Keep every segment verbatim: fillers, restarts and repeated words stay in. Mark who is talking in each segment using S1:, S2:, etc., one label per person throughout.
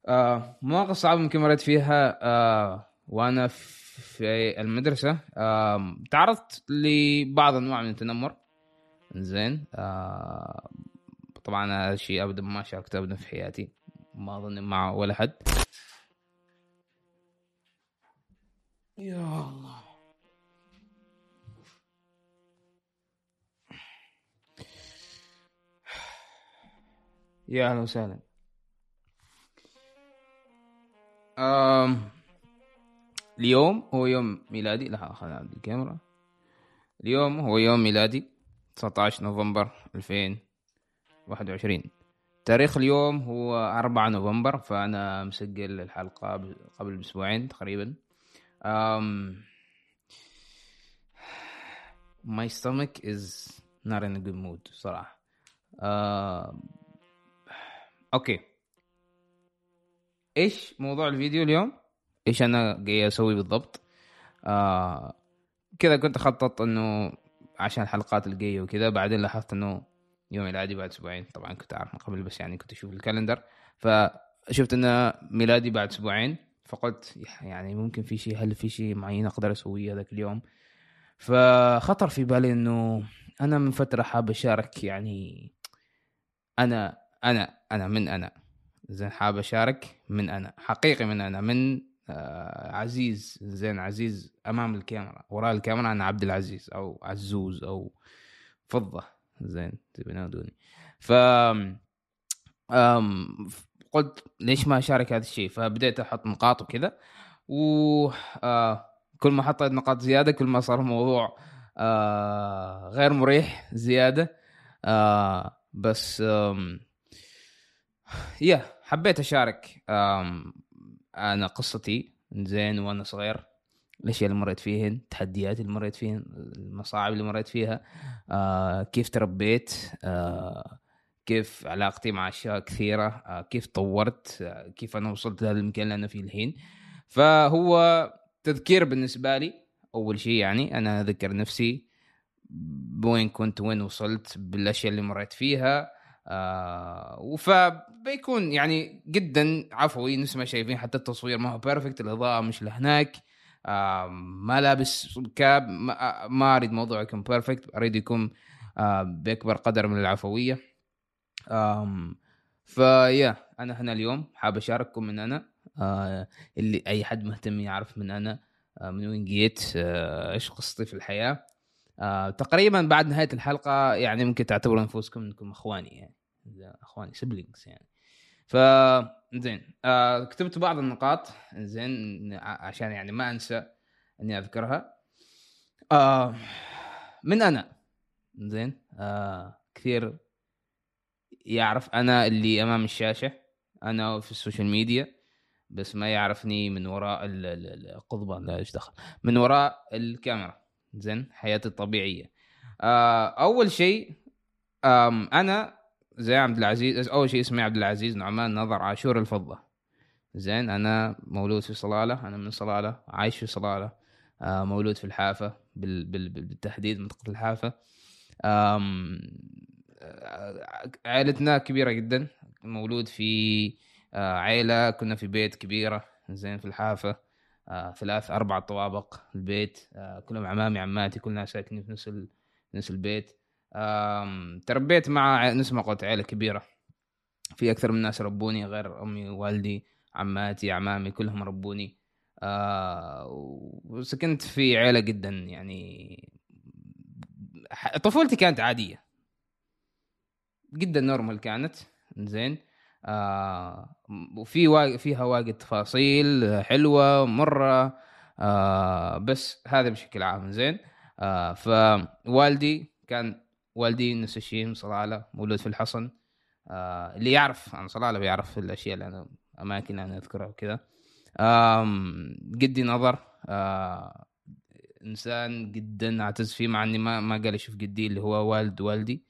S1: آه مواقف صعبة ممكن مريت فيها آه وأنا في المدرسة. آه تعرضت لبعض أنواع من التنمر. زين. آه طبعا هذا الشيء أبدا ما شاركته أبدا في حياتي، ما أظن مع ولا حد. يا الله. يا أهلا وسهلا. آم اليوم هو يوم ميلادي. لا خلينا نعدل الكاميرا. اليوم هو يوم ميلادي تسعة عشر نوفمبر ألفين وواحد وعشرين. تاريخ اليوم هو أربعة نوفمبر، فأنا مسجل الحلقة ب- قبل بأسبوعين تقريبا. um, my stomach is not in a good mood صراحة. uh, أوكي، إيش موضوع الفيديو اليوم؟ إيش أنا جاي أسوي بالضبط؟ uh, كذا كنت أخطط إنه عشان الحلقات الجاية وكذا، بعدين لاحظت إنه يوم ميلادي بعد أسبوعين. طبعا كنت أعرف من قبل، بس يعني كنت أشوف الكالندر فشفت إن ميلادي بعد أسبوعين، فقلت يعني ممكن في شيء، هل في شيء معين أقدر أسويه هذاك اليوم؟ فخطر في بالي إنه أنا من فترة حاب أشارك، يعني أنا أنا أنا من أنا زين حاب أشارك من أنا حقيقي، من أنا من آه عزيز. زين عزيز أمام الكاميرا، وراء الكاميرا أنا عبد العزيز أو عزوز أو فضة. زين تبي نادوني. ف أم قلت ليش ما أشارك هذا الشيء، فبديت أحط نقاط وكذا. و آه، كل ما حطيت نقاط زيادة كل ما صار الموضوع آه، غير مريح زيادة. آه، بس آم، يا حبيت أشارك آم، أنا قصتي زين وأنا صغير، الأشياء اللي مريت فيهن، التحديات اللي مريت فيهن، المصاعب اللي مريت فيها. آه كيف تربيت، آه كيف علاقتي مع أشياء كثيرة، آه كيف طورت، آه كيف أنا وصلت لهذا المكان اللي أنا فيه الحين. فهو تذكير بالنسبة لي. أول شيء يعني أنا أذكر نفسي بوين كنت، وين وصلت، بالأشياء اللي مريت فيها. آه فبيكون يعني جدا عفوي، نسمع شايفين حتى التصوير ما هو بيرفكت، الإضاءة مش لهناك، آه ما لابس كاب، ما, ما أريد موضوع يكون بيرفكت، أريد يكون آه بأكبر قدر من العفوية. آم فيا أنا هنا اليوم حاب أشارككم من أنا، آه اللي أي حد مهتم يعرف من أنا، آه من وين جيت، آه إيش قصتي في الحياة. آه تقريبا بعد نهاية الحلقة يعني ممكن تعتبروا أنفسكم أنكم أخواني، يعني أخواني سبلينجز يعني. ف زين آه كتبت بعض النقاط زين ع- عشان يعني ما أنسى إني أذكرها. آه من أنا زين آه كثير يعرف أنا اللي أمام الشاشة، أنا في السوشيال ميديا، بس ما يعرفني من وراء ال- ال- القضبة. لا إيش دخل من وراء الكاميرا. زين حياتي الطبيعية. آه أول شيء آم أنا زي عبد العزيز. أول شيء اسمي عبد العزيز نعمان نظر عاشور الفضة. زين أنا مولود في صلالة، أنا من صلالة، عايش في صلالة. آه مولود في الحافة، بال بال بالتحديد منطقة الحافة. آم آه، عائلتنا كبيرة جدا، مولود في آه عائلة، كنا في بيت كبيرة زين في الحافة. آه ثلاث أربع طوابق البيت، آه كلهم عمامي عماتي كلنا ساكنين في نفس ال... نفس البيت. آم تربيت مع نفس ما قلت عائلة كبيرة، في أكثر من ناس ربوني غير أمي ووالدي، عماتي عمامي كلهم ربوني. آه وسكنت في عائلة جدا يعني ح- طفولتي كانت عادية جدا، نورمال كانت. زين آه وفي وا... فيها واجد تفاصيل حلوة مرة. آه بس هذا بشكل عام. زين آه فوالدي كان، والدي نفس الشيء من صلالة، مولود في الحصن. آه اللي يعرف عن صلالة بيعرف الأشياء اللي أنا، أماكن اللي أنا أذكرها وكذا. آم جدي نظر، آه إنسان جدا أعتز فيه، مع إني ما ما قال يشوف جدي اللي هو والد والدي.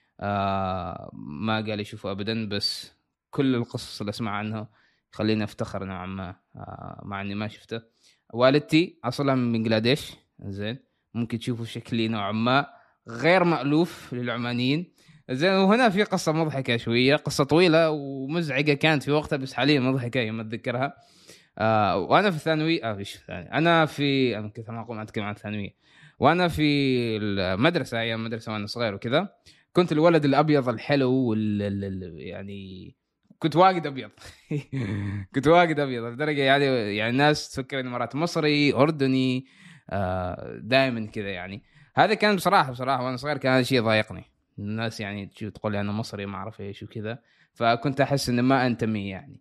S1: آه ما قال يشوفه أبدا، بس كل القصص اللي أسمع عنها خليني أفتخر نوعا ما، آه مع إني ما شفته. والدتي أصلا من بنغلاديش. زين ممكن تشوفوا شكلي نوعا ما غير مألوف للعمانيين. زين. وهنا في قصة مضحكة شوية، قصة طويلة ومزعجة كانت في وقتها، بس حاليا مضحكة يوم أتذكرها. آه وأنا في الثانوي، آه في الثانوي أنا في أنا كنت ما أقوم أتكلم عن الثانوية. وأنا في المدرسة، أيام مدرسة وأنا صغير وكذا، كنت الولد الأبيض الحلو وال يعني كنت واجد أبيض. كنت واجد أبيض لدرجة يعني يعني الناس تفكر إني مرات مصري أردني، آه دائما كذا يعني. هذا كان بصراحة بصراحة وأنا صغير كان هذا الشيء ضايقني. الناس يعني تشوف تقول لي أنا مصري ما أعرف إيش وكذا، فكنت أحس إن ما أنتمي يعني.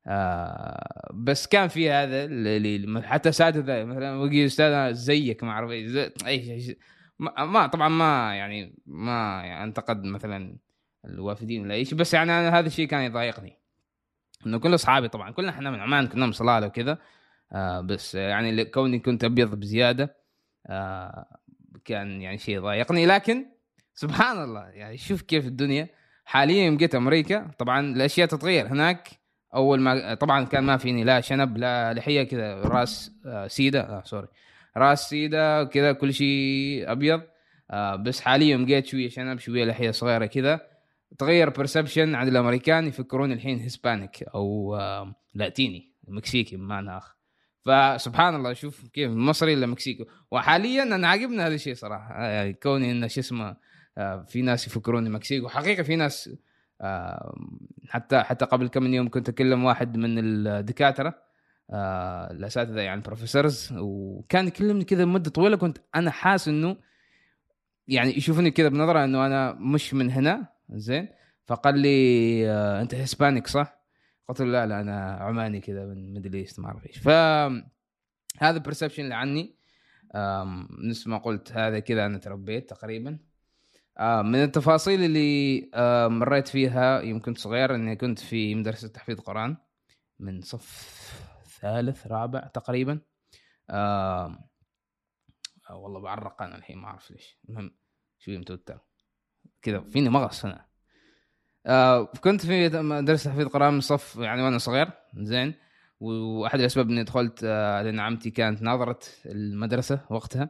S1: آه بس كان في هذا اللي حتى اساتذه مثلا وقي استاذ زيك ما اعرف ايش اي ما, ما طبعا ما يعني ما يعني انتقد مثلا الوافدين ولا ايش، بس يعني أنا هذا الشيء كان يضايقني، انه كل اصحابي طبعا كلنا احنا من عمان كنا من صلاله وكذا. آه بس يعني كوني كنت ابيض بزياده، آه كان يعني شيء ضايقني. لكن سبحان الله يعني شوف كيف الدنيا حاليا يوم جيت امريكا طبعا الاشياء تتغير هناك. اول ما طبعا كان ما فيني لا شنب لا لحيه كذا، راس آه سيده آه سوري راس سيده كذا كل شيء ابيض. آه بس حاليا يوم جيت شويه شنب شويه لحيه صغيره كذا، تغير برسبشن عن الامريكان، يفكرون الحين هسبانيك او آه لاتيني مكسيكي بمعنى اخر. فسبحان الله شوف كيف مصري ولا مكسيكي. وحاليا انا عاجبني هذا الشيء صراحه، يعني كوني ان شو اسمه آه في ناس يفكروني مكسيكي، وحقيقه في ناس آه حتى حتى قبل كم من يوم كنت اكلم واحد من الدكاتره آه الاساتذه يعني بروفيسورز، وكان يكلمني كذا مده طويله، كنت انا حاسس انه يعني يشوفني كذا بنظره انه انا مش من هنا. زين. فقال لي آه انت هسبانيك صح؟ قلت له لا لا انا عماني كذا من ميدل ايست ما اعرف ايش. فهذا برسبشن اللي عني. نفس ما قلت هذا كذا انا تربيت تقريبا. من التفاصيل اللي مريت فيها يوم كنت صغير اني كنت في مدرسة تحفيظ قرآن من صف ثالث رابع تقريبا. آه والله بعرق انا الحين ما اعرف ليش، المهم شوي متوتر كذا فيني مغص هنا. آه كنت في مدرسة تحفيظ قرآن من صف يعني وانا صغير. زين. واحد الاسباب اني دخلت آه لان عمتي كانت ناظرت المدرسة وقتها.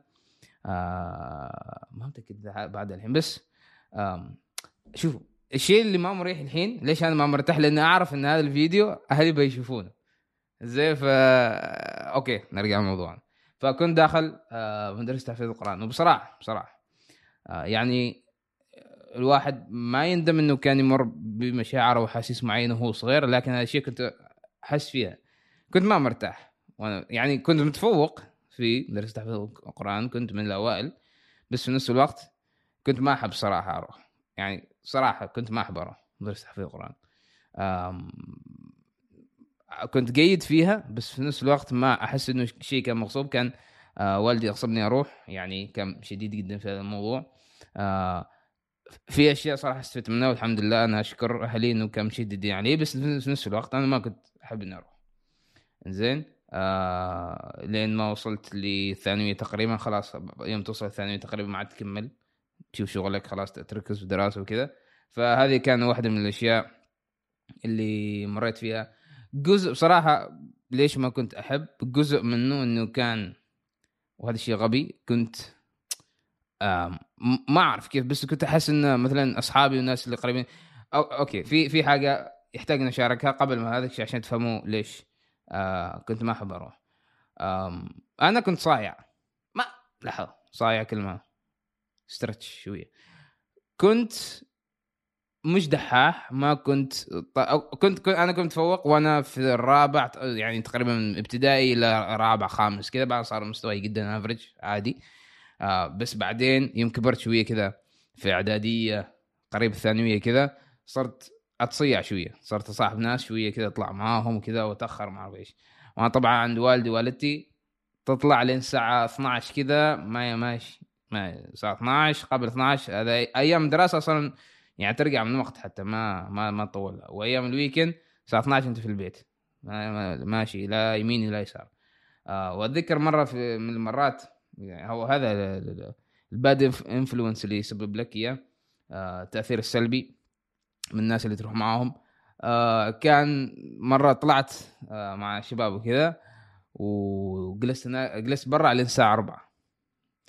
S1: آه ما متأكد بعد الحين، بس آه شوفوا الشيء اللي ما مريح الحين ليش انا ما مرتاح، لان اعرف ان هذا الفيديو اهلي بيشوفونه. زي ف اوكي نرجع لموضوعنا. فكنت داخل آه مدرسة تحفيظ القرآن، وبصراحة بصراحة آه يعني الواحد ما يندم انه كان يمر بمشاعر وحاسيس معينة وهو صغير، لكن هذا الشيء كنت احس فيها كنت ما مرتاح. وانا يعني كنت متفوق في مدرسة تحفيظ القرآن، كنت من الاوائل، بس في نفس الوقت كنت ما احب صراحة اروح. يعني صراحة كنت ما احب اروح مدرسة تحفيظ القرآن. كنت جيد فيها بس في نفس الوقت ما احس انه شيء كان مغصوب. كان آه والدي يغصبني اروح، يعني كان شديد جدا في هذا الموضوع. آه في اشياء صراحه استفدت منها والحمد لله، انا اشكر اهلي انه كان مشدد يعني، بس في نفس الوقت انا ما كنت احب اني اروح. زين. آه لين ما وصلت للثانويه تقريبا، خلاص يوم توصل الثانويه تقريبا ما عاد تكمل، تشوف شغلك خلاص تركز في الدراسه وكذا. فهذه كان واحده من الاشياء اللي مريت فيها. جزء بصراحة ليش ما كنت أحب جزء منه إنه كان، وهذا الشيء غبي، كنت ما أعرف كيف، بس كنت أحس إن مثلا أصحابي والناس اللي قريبين أو أوكي في في حاجة يحتاج نشاركها قبل ما هذا الشيء عشان تفهموا ليش آه كنت ما أحب أروح. أنا كنت صايع، ما لحظة صايع كلمة ستريتش شوية. كنت مش دحاح، ما كنت ط... كنت كنت انا كنت متفوق وانا في الرابع يعني تقريبا من ابتدائي الى رابع خامس كذا، بعد صار مستواي جدا افريج عادي. آه بس بعدين يوم كبرت شويه كذا في اعداديه قريب الثانويه كذا، صرت اتصيع شويه، صرت اصاحب ناس شويه كذا اطلع معاهم كذا واتاخر ما اعرف ايش. وانا طبعا عند والدي والدتي تطلع لين الساعه اثناشر كذا، ما ماشي ما الساعه اثناشر قبل اثناشر، هذا ايام دراسه اصلا يعني ترجع من وقت حتى ما ما ما طول. وايام الويكند الساعه اثناشر انت في البيت ماشي لا يمين ولا يسار. آه واتذكر مره في من المرات يعني هو هذا الباد انفلونس اللي يسبب لك اياه آه التاثير السلبي من الناس اللي تروح معاهم. آه كان مره طلعت آه مع شباب وكذا، وجلست جلست برا على الساعه أربعة.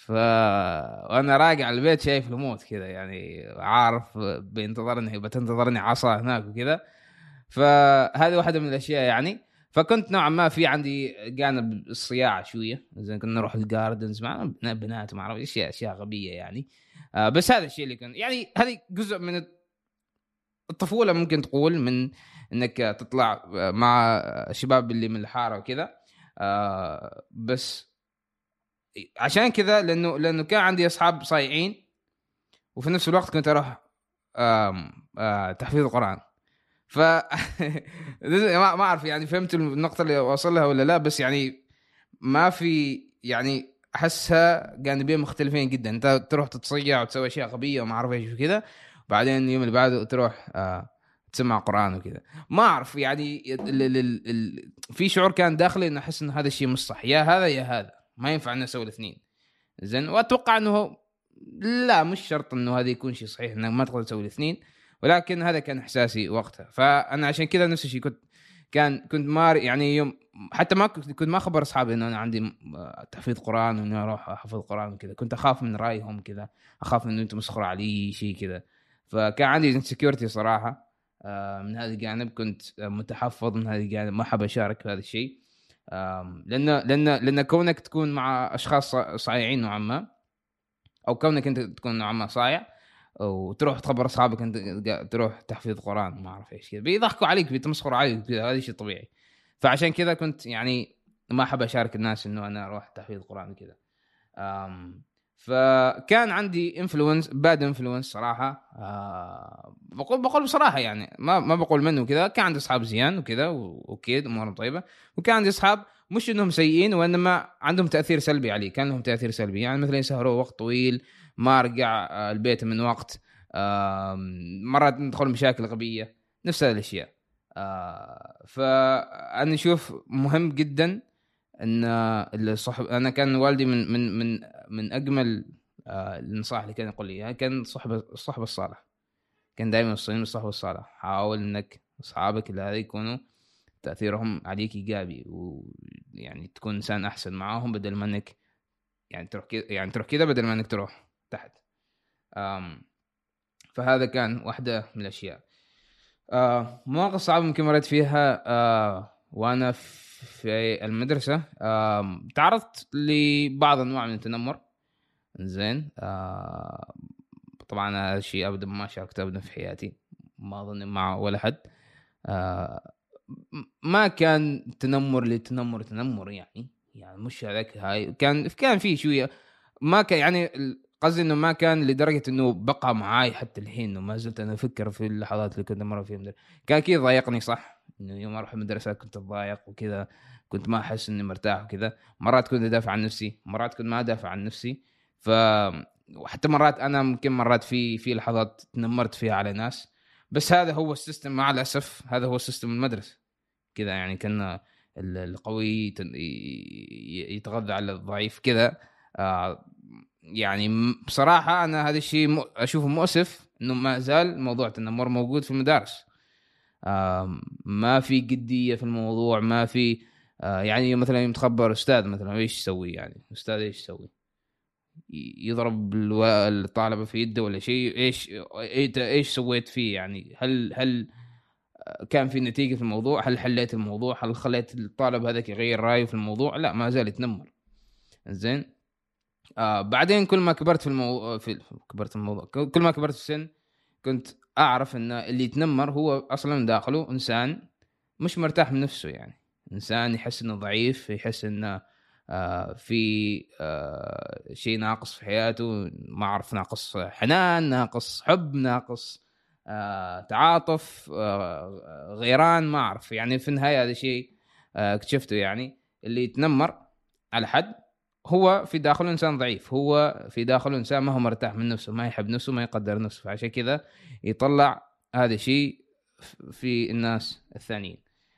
S1: ف وانا راجع البيت شايف الموت كذا يعني، عارف بينتظرني بتنتظرني عصا هناك وكذا. فهذه واحده من الاشياء يعني. فكنت نوعا ما في عندي جانب الصياعه شويه، زين كنا نروح الجاردنز مع بنات ما اعرف اشياء اشياء غبيه يعني. آه بس هذا الشيء اللي كان يعني هذه جزء من الطفوله ممكن تقول، من انك تطلع مع الشباب اللي من الحاره وكذا. آه بس عشان كذا، لانه لانه كان عندي اصحاب صايعين، وفي نفس الوقت كنت اروح آم آه تحفيظ القران. ف ما ما اعرف يعني فهمت النقطه اللي واصل لها ولا لا، بس يعني ما في يعني احسها جانبين مختلفين جدا. انت تروح تتصيع وتسوي اشياء غبيه وما اعرف ايش وكذا، بعدين اليوم اللي بعده تروح آه تسمع قران وكذا. ما اعرف يعني ال ال ال ال في شعور كان داخلي انه احس ان هذا الشيء مش صح، يا هذا يا هذا، ما ينفع ان نسوي الاثنين. زين، واتوقع انه لا مش شرط انه هذا يكون شيء صحيح انك ما تقدر تسوي الاثنين، ولكن هذا كان احساسي وقتها. فانا عشان كذا نفس الشيء كنت كان كنت مار يعني يوم حتى ما كنت كنت ما اخبر اصحابي انه انا عندي تحفيظ قران واني اروح احفظ قران وكذا. كنت اخاف من رايهم كذا، اخاف انه انتم مسخروا علي شيء كذا. فكان عندي انسكيورتي صراحه من هذا الجانب، كنت متحفظ من هذا الجانب، ما حاب اشارك في هذا الشيء. لان لان لان كونك تكون مع اشخاص صايعين نوعا ما، او كونك انت تكون نوعا ما صايع وتروح تخبر اصحابك انت تروح تحفيظ قران ما اعرف ايش كذا، بيضحكوا عليك بيتمسخروا عليك، هذا شيء طبيعي. فعشان كذا كنت يعني ما احب اشارك الناس انه انا اروح تحفيظ قران كذا. فكان عندي انفلونس باد انفلونس صراحه. آه بقول بقول بصراحه يعني ما ما بقول منه كذا. كان عندي اصحاب زيان وكذا واوكي امورهم طيبه، وكان عندي اصحاب مش انهم سيئين وانما عندهم تاثير سلبي علي. كان لهم تاثير سلبي يعني مثلا يسهروا وقت طويل، ما ارجع البيت من وقت، آه مرات ندخل مشاكل غبيه، نفس هذه الاشياء. آه فانا اشوف مهم جدا ان الصحب. انا كان والدي من من من من اجمل آه النصائح اللي كان يقول لي يعني، كان صحبه الصحبه الصالح. كان دائما يوصيني بالصحبه الصالح، حاول انك اصحابك اللي هذا يكونوا تاثيرهم عليك ايجابي، ويعني تكون انسان احسن معاهم بدل ما انك يعني تروح كده يعني تروح كده بدل ما انك تروح تحت. آم فهذا كان واحده من الاشياء. آه مواقف صعبه ممكن مريت فيها آه وانا في المدرسه. آه تعرضت لبعض انواع من التنمر. زين، آه طبعا هذا الشيء ابدا ما شاركته ابدا في حياتي، ما اظن مع ولا حد. آه ما كان تنمر لتنمر تنمر يعني يعني مش هذاك هاي. كان كان في شويه، ما كان يعني قصدي انه ما كان لدرجه انه بقى معاي حتى الحين، انه ما زلت انا افكر في اللحظات اللي كنت امر فيها مدرسة. كان كذا ضايقني صح، انه يوم اروح المدرسه كنت اتضايق وكذا، كنت ما احس اني مرتاح وكذا. مرات كنت ادافع عن نفسي، مرات كنت ما ادافع عن نفسي. ف وحتى مرات انا ممكن مرات في في لحظات تنمرت فيها على ناس. بس هذا هو السيستم مع الاسف، هذا هو السيستم المدرسه كذا يعني. كان القوي يتغذى على الضعيف كذا. آه يعني بصراحة أنا هذا الشيء أشوفه مؤسف إنه ما زال موضوع التنمر موجود في المدارس. آه ما في جدية في الموضوع، ما في آه يعني مثلا يوم تخبر أستاذ مثلا إيش يسوي يعني؟ أستاذ إيش يسوي؟ يضرب الطالبة في يده ولا شيء؟ إيش إيش سويت فيه يعني؟ هل هل كان في نتيجة في الموضوع؟ هل حليت الموضوع؟ هل خليت الطالب هذاك يغير رأيه في الموضوع؟ لا، ما زال يتنمر. زين. آه بعدين كل ما كبرت في الموضوع في كبرت في الموضوع كل ما كبرت في السن كنت أعرف أن اللي يتنمر هو أصلا داخله إنسان مش مرتاح من نفسه يعني. إنسان يحس إنه ضعيف، يحس إنه آه في آه شيء ناقص في حياته، ما أعرف، ناقص حنان، ناقص حب، ناقص آه تعاطف، آه غيران، ما أعرف يعني. في النهاية هذا شيء آه اكتشفته يعني. اللي يتنمر على حد هو في داخله إنسان ضعيف، هو في داخله إنسان ما هو مرتاح من نفسه، ما يحب نفسه، ما يقدر نفسه. فعشان كذا يطلع هذا الشيء في الناس الثانيين.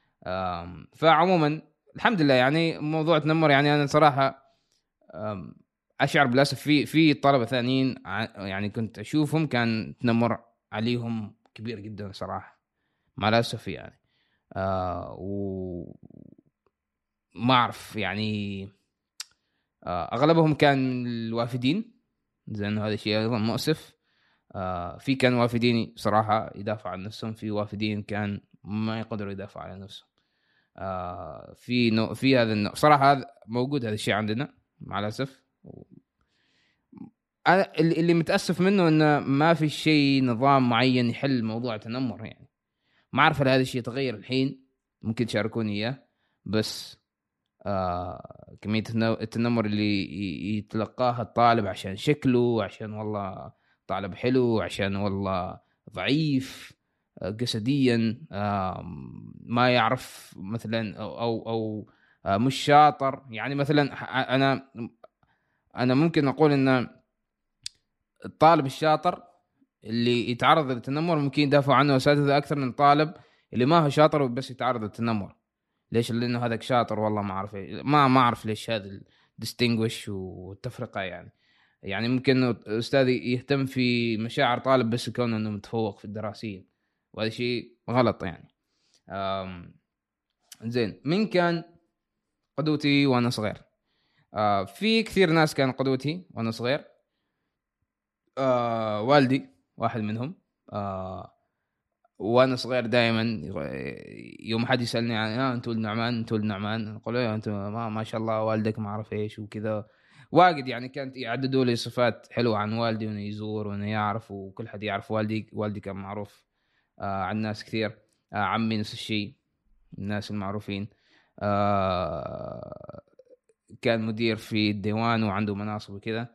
S1: فعموما الحمد لله يعني موضوع التنمر يعني أنا صراحة أشعر بالأسف في في طلبة ثانيين يعني كنت أشوفهم كان تنمر عليهم كبير جدا صراحة، مع الأسف يعني. آه وما أعرف يعني آه اغلبهم كان من الوافدين، زين هذا شيء ايضا مؤسف. آه في كان وافدين صراحه يدافعوا عن نفسهم، في وافدين كان ما يقدروا يدافعوا عن نفسهم. آه في نوع في هذا النوع صراحه، هذا موجود هذا الشيء عندنا مع الاسف. انا اللي اللي متاسف منه انه ما في شيء نظام معين يحل موضوع التنمر يعني. ما اعرف هل هذا الشيء يتغير الحين، ممكن تشاركوني اياه. بس آه كمية التنو- التنمر اللي ي- يتلقاها الطالب عشان شكله، عشان والله طالب حلو، عشان والله ضعيف آه، جسديا، آه ما يعرف مثلا، او او, أو آه مش شاطر يعني. مثلا ح- انا انا ممكن اقول ان الطالب الشاطر اللي يتعرض للتنمر ممكن يدافع عنه اساتذه اكثر من طالب اللي ما هو شاطر وبس يتعرض للتنمر. ليش؟ لانه هذاك شاطر والله ما اعرف إيه. ما ما اعرف ليش هذا الديستنجوش والتفرقه يعني. يعني ممكن استاذ يهتم في مشاعر طالب بس كونه انه متفوق في الدراسيين، وهذا شيء غلط يعني. أم زين، مين كان قدوتي وانا صغير؟ أه في كثير ناس كان قدوتي وانا صغير. أه والدي واحد منهم. أه وانا صغير دائما يوم حد يسالني عن اه انت ولد نعمان، انت ولد نعمان، اقول له انت ما, ما شاء الله والدك ما اعرف ايش وكذا. واجد يعني كانت يعددوا لي صفات حلوه عن والدي، وانه يزور وانه يعرف، وكل حد يعرف والدي. والدي كان معروف آه عن ناس كثير. آه عمي نفس الشيء، الناس المعروفين. آه كان مدير في الديوان وعنده مناصب وكذا.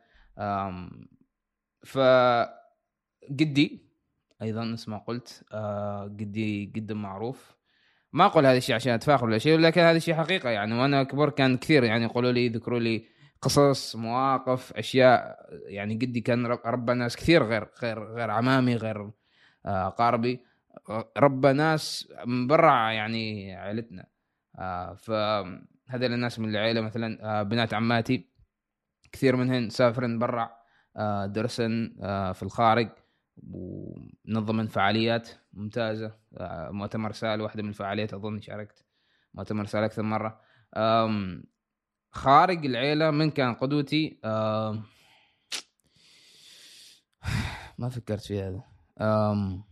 S1: فجدي ايضا مثل ما قلت، آه قدي جدا معروف. ما اقول هذا الشيء عشان اتفاخر ولا شيء، لكن هذا الشيء حقيقه يعني. وانا اكبر كان كثير يعني يقولوا لي، يذكروا لي قصص، مواقف، اشياء. يعني قدي كان رب- ربى ناس كثير، غير غير غير عمامي، غير آه قاربي. ربى ناس من برا يعني عائلتنا. آه فهذا الناس من العائله مثلا، آه بنات عماتي كثير منهن سافرن برا، آه درسن آه في الخارج، ونظمن فعاليات ممتازة. آه مؤتمر سال واحدة من الفعاليات أظن شاركت مؤتمر سال أكثر مرة. آم خارج العيلة من كان قدوتي؟ آم ما فكرت في هذا. آم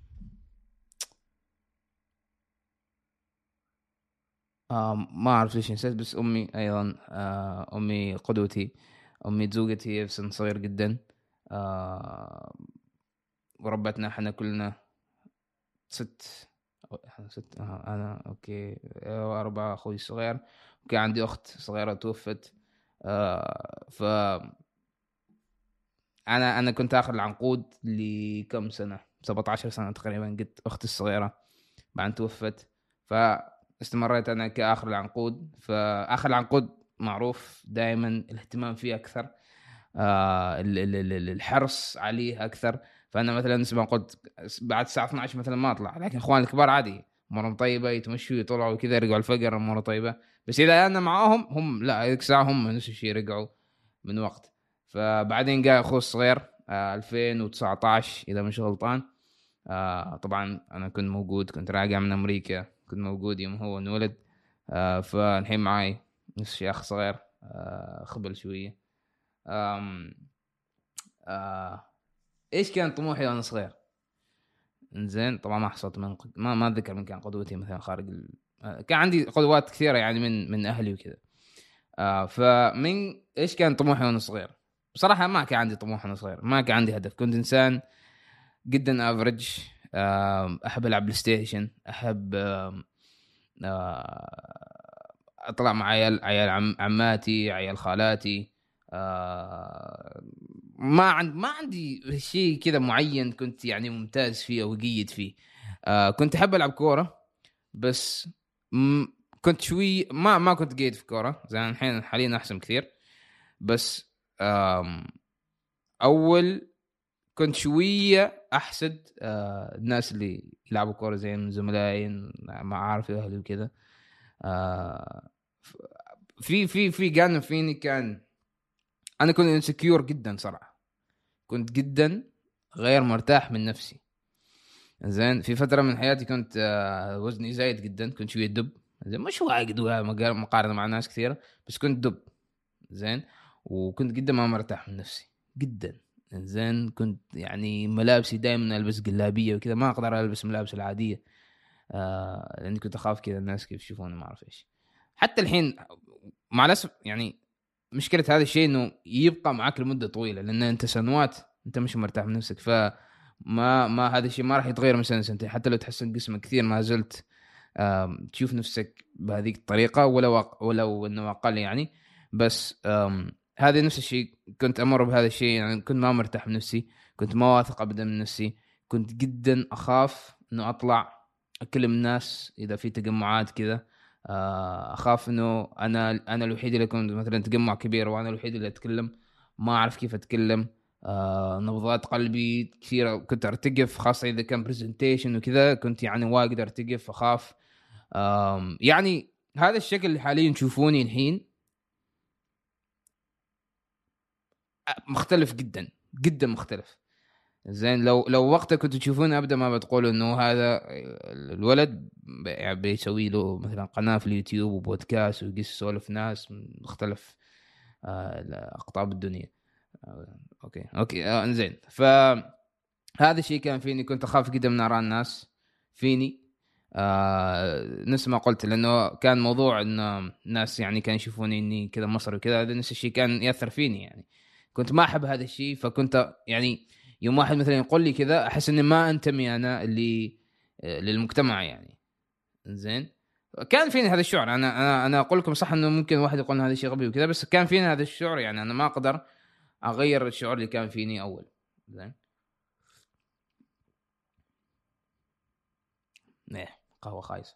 S1: آم ما أعرف ليش نسيت، بس أمي أيضا. آه أمي قدوتي. أمي تزوجتي في سن صغير جدا. آه وربتنا احنا كلنا ست. احنا ست، آه، انا اوكي، آه، اربعة، اخوي الصغير. وكان عندي اخت صغيرة توفت. آه ف انا انا كنت اخر العنقود لكم سنة، سبعة عشر سنة تقريبا. قد اختي الصغيرة بعد توفت، فاستمريت انا كاخر العنقود. فاخر العنقود معروف دائما الاهتمام فيه اكثر، آه ال- ال- ال- الحرص عليه اكثر. فانا مثلا زي ما قلت بعد الساعه اثنا عشر مثلا ما اطلع، لكن اخوان الكبار عادي امورهم طيبه، يتمشوا يطلعوا كذا، يرجعوا الفجر امورهم طيبه. بس اذا انا معاهم هم لا، هيك ساعه هم نفس الشيء رجعوا من وقت. فبعدين جاء اخوي الصغير آه ألفين وتسعطعش اذا مش غلطان. آه طبعا انا كنت موجود، كنت راجع من امريكا، كنت موجود يوم هو انولد. آه فالحين معي نفس الشيء اخ صغير، آه خبل شويه. آم آه ايش كان طموحي وانا صغير؟ انزين طبعا ما حصلت من قد... ما ما اتذكر من كان قدوتي مثلا خارج ال... آه كان عندي قدوات كثيره يعني من من اهلي وكذا. آه فمن ايش كان طموحي وانا صغير؟ بصراحه ما كان عندي طموح وانا صغير، ما كان عندي هدف. كنت انسان جدا افريج. آه احب العب بلاي ستيشن، احب آه آه اطلع مع عيال عيال عم عماتي، عيال خالاتي. آه ما عند ما عندي شيء كذا معين كنت يعني ممتاز فيه او جيد فيه. آه كنت احب العب كوره، بس م كنت شوي ما ما كنت جيد في كوره زي الحين. حاليا احسن كثير. بس آم اول كنت شويه احسد آه الناس اللي يلعبوا كوره زي من زملائي، ما اعرف اهلي وكذا. آه في في في جانب فيني كان انا كنت انسكيور جدا صراحه. كنت جدا غير مرتاح من نفسي. زين في فتره من حياتي كنت آه وزني زايد جدا، كنت شويه دب. زين مش واجد مقارنه مع ناس كثيره، بس كنت دب. زين وكنت جدا ما مرتاح من نفسي جدا. زين كنت يعني ملابسي دائما البس قلابيه وكذا، ما اقدر البس ملابس العاديه آه لاني كنت اخاف كذا الناس كيف يشوفوني ما اعرف ايش. حتى الحين مع الاسف يعني مشكله هذا الشيء انه يبقى معك لمده طويله، لان انت سنوات انت مش مرتاح من نفسك، فما ما هذا الشيء ما راح يتغير من سنه سنتين. حتى لو تحسن جسمك كثير ما زلت تشوف نفسك بهذه الطريقه ولو ولو انه اقل يعني. بس هذا نفس الشيء كنت امر بهذا الشيء، يعني كنت ما مرتاح من نفسي، كنت ما واثق ابدا من نفسي، كنت جدا اخاف انه اطلع اكلم الناس اذا في تجمعات كذا. اخاف انه انا انا الوحيد اللي كنت مثلا تجمع كبير وانا الوحيد اللي اتكلم، ما اعرف كيف اتكلم. آه نبضات قلبي كثيره، كنت ارتجف خاصه اذا كان برزنتيشن وكذا، كنت يعني واجد ارتجف اخاف. آه يعني هذا الشكل اللي حاليا تشوفوني الحين مختلف جدا جدا مختلف. زين لو لو وقتها كنتوا تشوفون ابدا ما بتقولوا انه هذا الولد بيسوي له مثلا قناه في اليوتيوب وبودكاست ويقيس سولف ناس من مختلف آه اقطاب الدنيا. آه اوكي اوكي آه زين. فهذا الشيء كان فيني، كنت اخاف جدا من اراء الناس فيني. آه نفس ما قلت، لانه كان موضوع ان الناس يعني كانوا يشوفوني اني كذا مصري وكذا، هذا نفس الشيء كان ياثر فيني يعني. كنت ما احب هذا الشيء، فكنت يعني يوم واحد مثلا يقول لي كذا احس اني ما انتمي انا اللي للمجتمع يعني. زين كان فيني هذا الشعور. انا انا انا اقول لكم صح انه ممكن واحد يقول هذا الشيء غبي وكذا، بس كان فيني هذا الشعور يعني. انا ما اقدر اغير الشعور اللي كان فيني اول. زين ايه قهوه خايسه.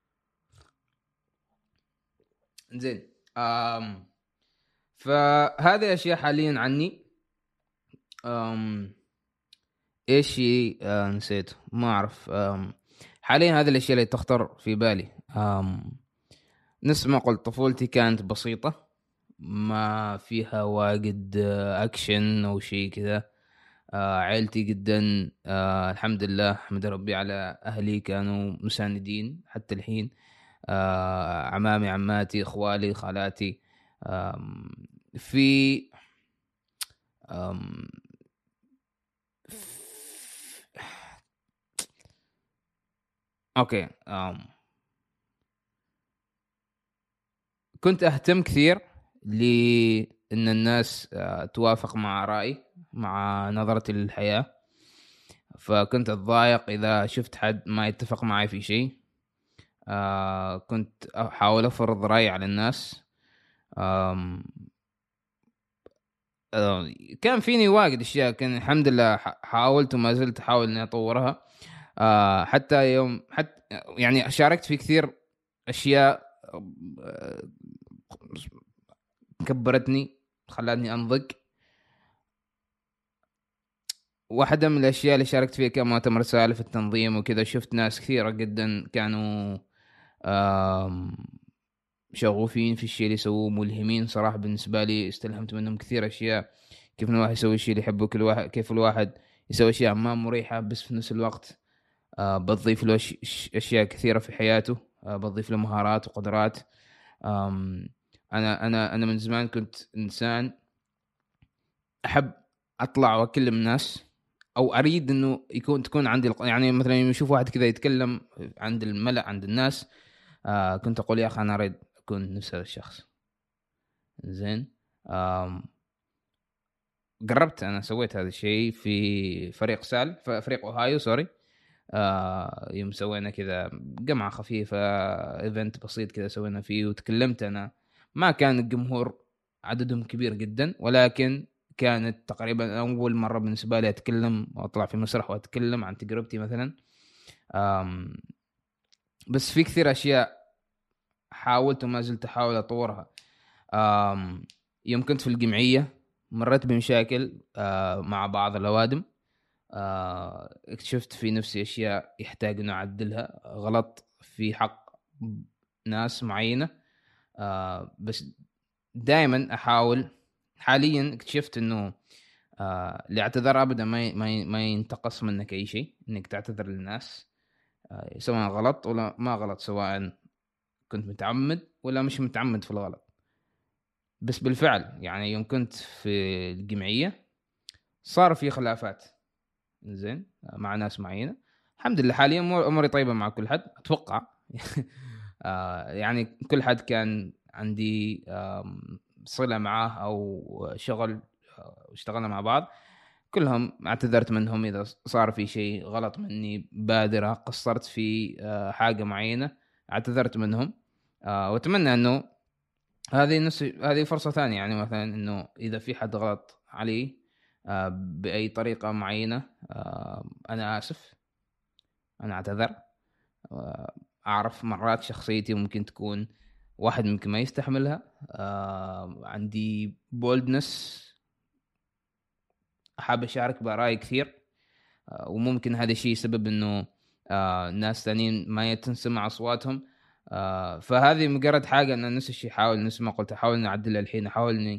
S1: زين امم فهذه اشياء حاليا عني. امم ايش هي؟ آه نسيت ما اعرف. حاليا هذه الاشياء اللي تخطر في بالي. أم نفس ما قلت طفولتي كانت بسيطة، ما فيها واجد آه، اكشن او شيء كذا. آه عائلتي جدا آه الحمد لله احمد ربي على اهلي، كانوا مساندين حتى الحين. آه عمامي عماتي اخوالي خالاتي. آم، في آم، اوكي آم. كنت اهتم كثير لان الناس آه، توافق مع رأيي مع نظرتي للحياة. فكنت اتضايق اذا شفت حد ما يتفق معي في شيء. آه كنت احاول افرض رأيي على الناس. آم، آه كان فيني واجد اشياء، كان الحمد لله ح- حاولت وما زلت احاول اني اطورها. آه حتى يوم حتى يعني شاركت في كثير اشياء آه، كبرتني خلتني انضج. واحدة من الاشياء اللي شاركت فيها كان مؤتمر سالف التنظيم وكذا، شفت ناس كثيرة جدا كانوا آم، شغوفين في الشيء اللي يسووه، ملهمين صراحة بالنسبة لي. استلهمت منهم كثير اشياء، كيف الواحد يسوي الشيء اللي يحبه، كل واحد كيف الواحد يسوي اشياء ما مريحة بس في نفس الوقت آه بتضيف له أش- اشياء كثيرة في حياته. آه بتضيف له مهارات وقدرات. آم، انا انا انا من زمان كنت انسان احب اطلع واكلم الناس، او اريد انه يكون تكون عندي الق... يعني مثلا يوم اشوف واحد كذا يتكلم عند الملأ عند الناس آه كنت اقول يا اخي انا اريد اكون نفس هذا الشخص. زين آم... قربت انا سويت هذا الشيء في فريق سال ف- فريق اوهايو سوري. آه يوم سوينا كذا جمعة خفيفة، ايفنت بسيط كذا سوينا فيه وتكلمت انا. ما كان الجمهور عددهم كبير جدا، ولكن كانت تقريبا اول مرة بالنسبة لي اتكلم واطلع في مسرح واتكلم عن تجربتي مثلا. آم بس في كثير اشياء حاولت وما زلت احاول اطورها. آم يوم كنت في الجمعية مريت بمشاكل آه مع بعض الاوادم. آه، اكتشفت في نفسي أشياء يحتاج أن أعدلها، غلط في حق ناس معينة. آه، بس دائما أحاول. حاليا اكتشفت أنه آه، الاعتذار أبدا ما ي- ما ي- ما ينتقص منك أي شيء، أنك تعتذر للناس آه، سواء غلط ولا ما غلط، سواء كنت متعمد ولا مش متعمد في الغلط. بس بالفعل يعني يوم كنت في الجمعية صار في خلافات زين مع ناس معينة. الحمد لله حاليا أموري طيبة مع كل حد أتوقع. آه يعني كل حد كان عندي صلة معاه أو شغل اشتغلنا مع بعض كلهم اعتذرت منهم إذا صار في شيء غلط مني بادرة قصرت في حاجة معينة اعتذرت منهم. وأتمنى أنه هذه نفس هذه فرصة ثانية يعني مثلا أنه إذا في حد غلط علي بأي طريقة معينة أنا آسف أنا أعتذر. أعرف مرات شخصيتي ممكن تكون واحد ممكن ما يستحملها. عندي بولدنس أحب أشارك برأي كثير وممكن هذا الشيء سبب إنه ناس ثانيين ما يتسمع أصواتهم. فهذه مجرد حاجة أن نفس الشيء حاول نسمع قلت أحاول نعدل الحين أحاول إني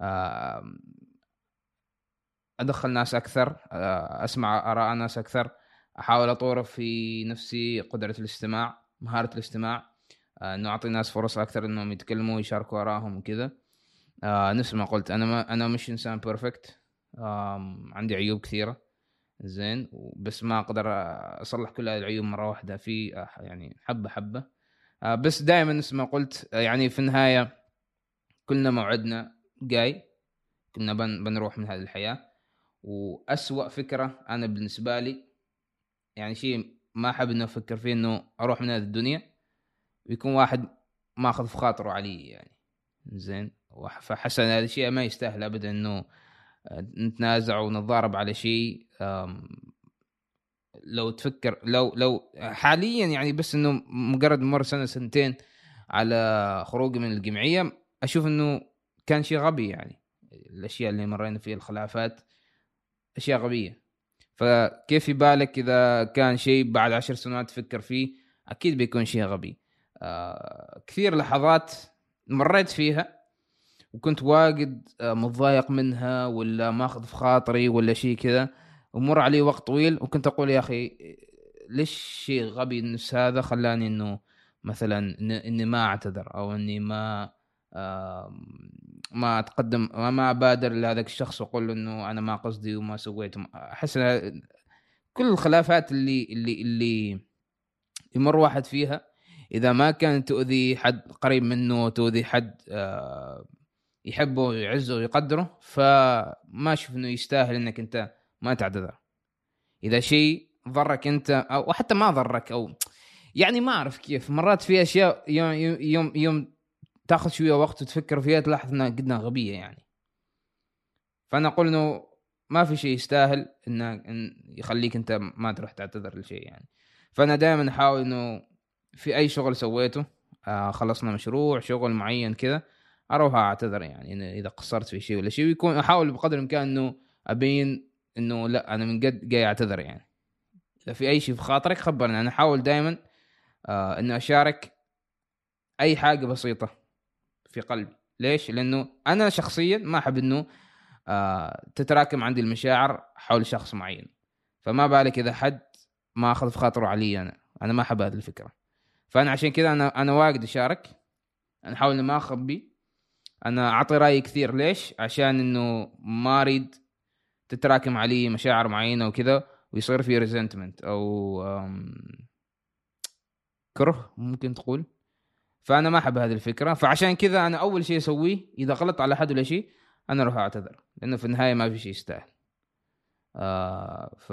S1: أدخل ناس أكثر أسمع آراء ناس أكثر أحاول أطور في نفسي قدرة الاستماع مهارة الاستماع إنه أعطي الناس فرصة أكثر إنهم يتكلموا ويشاركوا آراءهم وكذا. نفس ما قلت أنا ما أنا مش إنسان بيرفكت عندي عيوب كثيرة زين بس ما أقدر أصلح كل هذه العيوب مرة واحدة في يعني حبة حبة. بس دائما نفس ما قلت يعني في النهاية كلنا موعدنا جاي كنا بن بنروح من هذه الحياة. وأسوأ فكرة أنا بالنسبة لي يعني شيء ما أحب إنه أفكر فيه إنه أروح من هذه الدنيا ويكون واحد ما أخذ في خاطره علي يعني زين. فحسن هذا الشيء ما يستاهل أبدا إنه نتنازع ونتضارب على شيء. لو تفكر لو لو حاليا يعني بس إنه مجرد مر سنة سنتين على خروجي من الجمعية أشوف إنه كان شيء غبي يعني الأشياء اللي مرينا فيها الخلافات أشياء غبية. فكيف يبالك إذا كان شيء بعد عشر سنوات تفكر فيه أكيد بيكون شيء غبي. آه كثير لحظات مريت فيها وكنت واجد آه متضايق منها ولا ماخذ في خاطري ولا شيء كذا ومر علي وقت طويل وكنت أقول يا أخي ليش شيء غبي النفس هذا خلاني إنه مثلا إني ما أعتذر أو إني ما آه ما أتقدم ما أبادر لهذاك الشخص وأقول له إنه أنا ما قصدي وما سويت. أحس كل الخلافات اللي اللي اللي يمر واحد فيها إذا ما كان تؤذي حد قريب منه تؤذي حد يحبه ويعزه ويقدره فما أشوف إنه يستاهل إنك أنت ما تعتذر. إذا شيء ضرك أنت أو حتى ما ضرك أو يعني ما أعرف كيف مرات في أشياء يوم يوم يوم تأخذ شوية وقت وتفكر فيها تلاحظ إنها قدنا غبية يعني. فأنا أقول إنه ما في شيء يستاهل إنه إن يخليك أنت ما تروح تعتذر لشيء يعني. فأنا دائما أحاول إنه في أي شغل سويته آه خلصنا مشروع شغل معين كذا أروح أعتذر يعني إذا قصرت في شيء ولا شيء ويكون أحاول بقدر الإمكان إنه أبين إنه لا أنا من قد جاي أعتذر يعني. إذا في أي شيء في خاطرك خبرني أنا أحاول دائما آه إنه أشارك أي حاجة بسيطة في قلبي. ليش؟ لأنه أنا شخصيا ما أحب إنه آه تتراكم عندي المشاعر حول شخص معين. فما بالك إذا حد ما أخذ في خاطره علي أنا أنا ما أحب هذه الفكرة. فأنا عشان كذا أنا أنا واجد أشارك أنا أحاول ما أخبي أنا أعطي رأيي كثير. ليش؟ عشان إنه ما أريد تتراكم علي مشاعر معينة وكذا ويصير في ريزنتمنت أو كره ممكن تقول. فأنا ما أحب هذه الفكرة. فعشان كذا أنا أول شيء أسويه إذا غلط على حد ولا شيء أنا أروح أعتذر لأنه في النهاية ما في شيء يستاهل. آه ف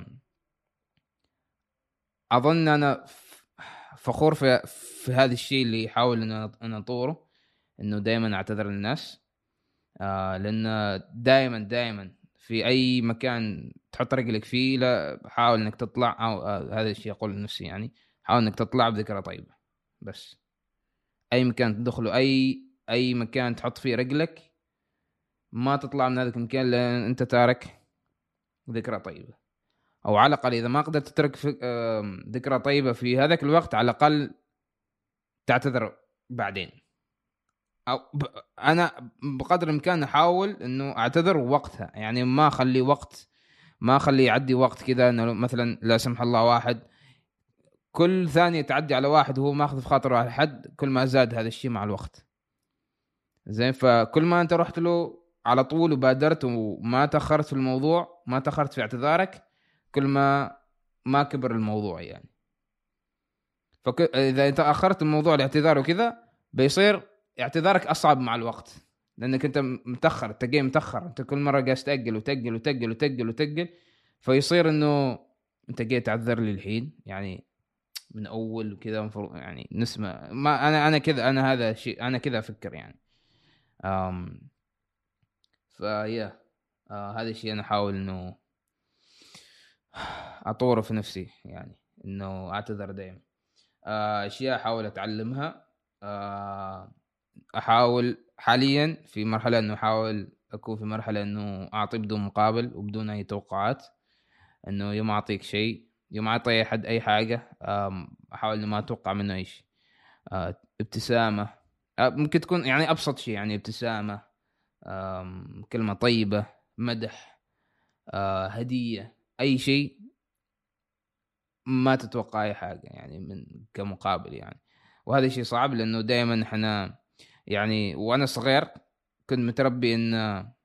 S1: أظن أنا فخور في في هذا الشيء اللي يحاول إنه أنا أطوره إنه دائما أعتذر للناس. آه لأن دائما دائما في أي مكان تحط رجلك فيه لا حاول إنك تطلع أو آه هذا الشيء أقول لنفسي يعني حاول إنك تطلع بذكرى طيبة. بس أي مكان تدخله أي أي مكان تحط فيه رجلك ما تطلع من هذا المكان لأن أنت تارك ذكرى طيبة. أو على الأقل إذا ما قدرت تترك ذكرى طيبة في هذاك الوقت على الأقل تعتذر بعدين. أو ب... أنا بقدر الإمكان أحاول إنه أعتذر وقتها يعني ما أخلي وقت ما أخلي يعدي وقت كذا إنه مثلا لا سمح الله واحد كل ثانية تعدي على واحد وهو ما أخذ في خاطره على حد كل ما زاد هذا الشيء مع الوقت. زين. فكل ما انت رحت له على طول وبادرت وما تاخرت في الموضوع، ما تاخرت في اعتذارك، كل ما ما كبر الموضوع يعني. فاذا انت اخرت الموضوع الاعتذار وكذا بيصير اعتذارك اصعب مع الوقت، لانك انت متاخر، انت جاي متاخر، انت كل مره قاعد تاجل وتاجل وتاجل وتاجل وتاجل، فيصير انه انت جاي تعذر لي الحين يعني من اول وكذا مفروض يعني نسمع. ما انا انا كذا، انا هذا شيء انا كذا افكر يعني. أم فيا آه هذا الشيء انا احاول انه اطوره في نفسي يعني، انه اعتذر دائما. آه، اشياء احاول اتعلمها. آه، احاول حاليا في مرحله انه احاول اكون في مرحله انه اعطي بدون مقابل وبدون اي توقعات. انه يوم اعطيك شيء، يوم اعطي اي حد اي حاجه، آم، احاول انه ما اتوقع منه اي شيء. آه، ابتسامه، آه، ممكن تكون يعني ابسط شيء، يعني ابتسامه، آم، كلمه طيبه، مدح، آه، هديه، اي شيء ما تتوقع اي حاجه يعني من كمقابل يعني. وهذا شيء صعب لانه دائما احنا يعني، وانا صغير كنت متربي ان،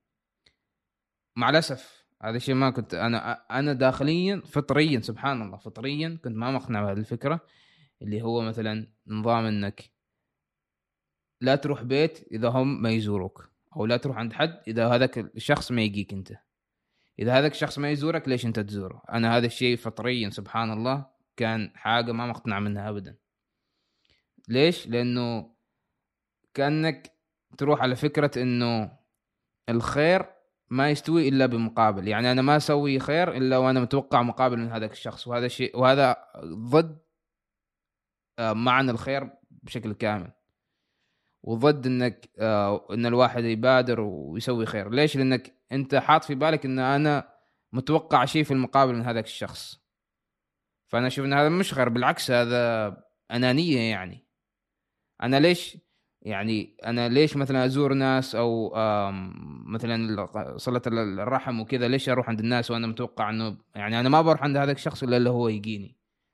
S1: مع الاسف هذا الشيء ما كنت انا انا داخليا فطريا، سبحان الله فطريا كنت ما مقتنع بهذه الفكره، اللي هو مثلا نظام انك لا تروح بيت اذا هم ما يزوروك، او لا تروح عند حد اذا هذاك الشخص ما يجيك انت. اذا هذاك الشخص ما يزورك ليش انت تزوره؟ انا هذا الشيء فطريا سبحان الله كان حاجه ما مقتنع منها ابدا. ليش؟ لانه كانك تروح على فكره انه الخير ما يستوي الا بمقابل، يعني انا ما اسوي خير الا وانا متوقع مقابل من هذاك الشخص، وهذا الشيء وهذا ضد آه، معنى الخير بشكل كامل، وضد انك آه، ان الواحد يبادر ويسوي خير. ليش؟ لانك انت حاط في بالك ان انا متوقع شيء في المقابل من هذاك الشخص. فانا اشوف ان هذا مش خير، بالعكس هذا انانيه يعني. انا ليش يعني انا ليش مثلا ازور ناس او آم، مثلا صلة الرحم وكذا، ليش اروح عند الناس وانا متوقع انه يعني انا ما بروح عند هذاك الشخص الا اللي هو يجيني؟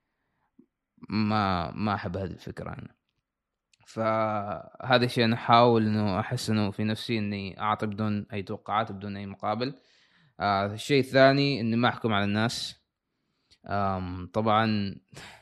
S1: ما ما احب هذه الفكرة انا. فهذا الشيء انا احاول انه احسنه في نفسي، اني اعطي بدون اي توقعات بدون اي مقابل. آه الشيء الثاني اني ما احكم على الناس. آم طبعا